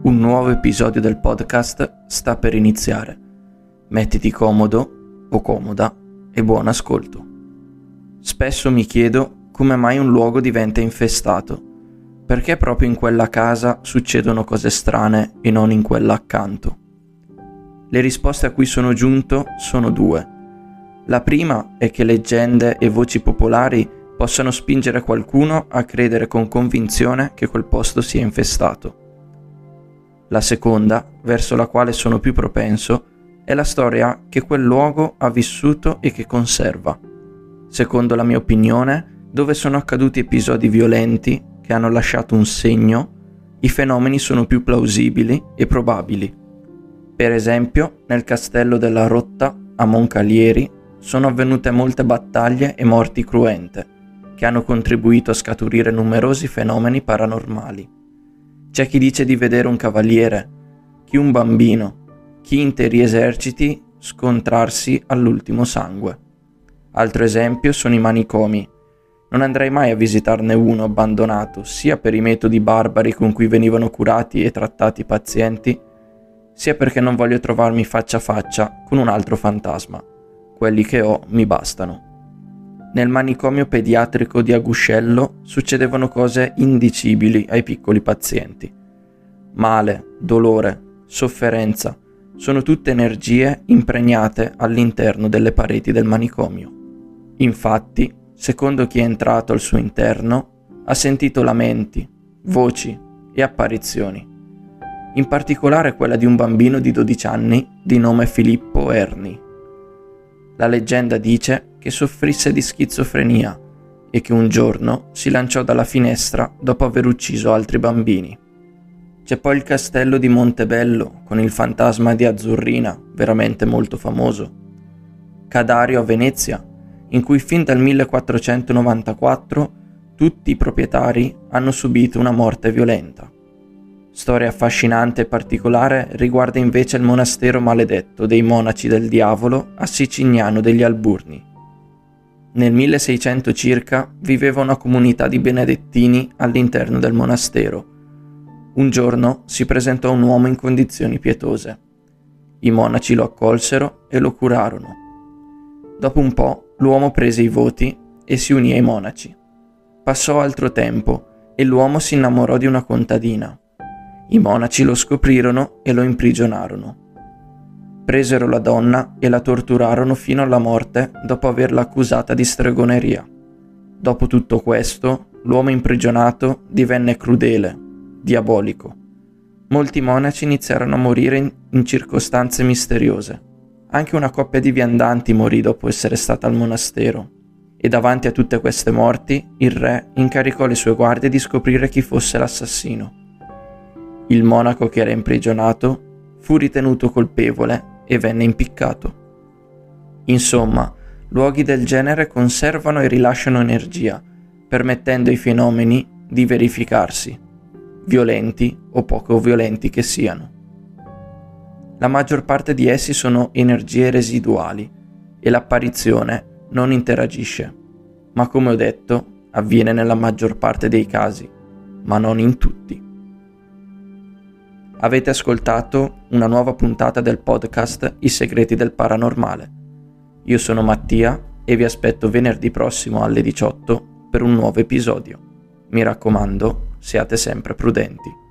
Un nuovo episodio del podcast sta per iniziare. Mettiti comodo o comoda e buon ascolto. Spesso mi chiedo come mai un luogo diventa infestato. Perché proprio in quella casa succedono cose strane e non in quella accanto? Le risposte a cui sono giunto sono due. La prima è che leggende e voci popolari possano spingere qualcuno a credere con convinzione che quel posto sia infestato. La seconda, verso la quale sono più propenso, è la storia che quel luogo ha vissuto e che conserva. Secondo la mia opinione, dove sono accaduti episodi violenti che hanno lasciato un segno, i fenomeni sono più plausibili e probabili. Per esempio, nel castello della Rotta, a Moncalieri, sono avvenute molte battaglie e morti cruente, che hanno contribuito a scaturire numerosi fenomeni paranormali. C'è chi dice di vedere un cavaliere, chi un bambino, chi interi eserciti scontrarsi all'ultimo sangue. Altro esempio sono i manicomi. Non andrei mai a visitarne uno abbandonato, sia per i metodi barbari con cui venivano curati e trattati i pazienti, sia perché non voglio trovarmi faccia a faccia con un altro fantasma. Quelli che ho mi bastano. Nel manicomio pediatrico di Aguscello succedevano cose indicibili ai piccoli pazienti. Male, dolore, sofferenza, sono tutte energie impregnate all'interno delle pareti del manicomio. Infatti, secondo chi è entrato al suo interno, ha sentito lamenti, voci e apparizioni. In particolare quella di un bambino di 12 anni di nome Filippo Erni. La leggenda dice che soffrisse di schizofrenia e che un giorno si lanciò dalla finestra dopo aver ucciso altri bambini. C'è poi il castello di Montebello con il fantasma di Azzurrina, veramente molto famoso. Cadario a Venezia, in cui fin dal 1494 tutti i proprietari hanno subito una morte violenta. Storia affascinante e particolare riguarda invece il monastero maledetto dei monaci del diavolo a Sicignano degli Alburni. Nel 1600 circa viveva una comunità di benedettini all'interno del monastero. Un giorno si presentò un uomo in condizioni pietose. I monaci lo accolsero e lo curarono. Dopo un po' l'uomo prese i voti e si unì ai monaci. Passò altro tempo e l'uomo si innamorò di una contadina. I monaci lo scoprirono e lo imprigionarono. Presero la donna e la torturarono fino alla morte dopo averla accusata di stregoneria. Dopo tutto questo, l'uomo imprigionato divenne crudele, diabolico. Molti monaci iniziarono a morire in circostanze misteriose. Anche una coppia di viandanti morì dopo essere stata al monastero. E davanti a tutte queste morti, il re incaricò le sue guardie di scoprire chi fosse l'assassino. Il monaco che era imprigionato fu ritenuto colpevole e venne impiccato. Insomma, luoghi del genere conservano e rilasciano energia, permettendo ai fenomeni di verificarsi, violenti o poco violenti che siano. La maggior parte di essi sono energie residuali e l'apparizione non interagisce, ma come ho detto, avviene nella maggior parte dei casi, ma non in tutti. Avete ascoltato una nuova puntata del podcast I segreti del paranormale. Io sono Mattia e vi aspetto venerdì prossimo alle 18 per un nuovo episodio. Mi raccomando, siate sempre prudenti.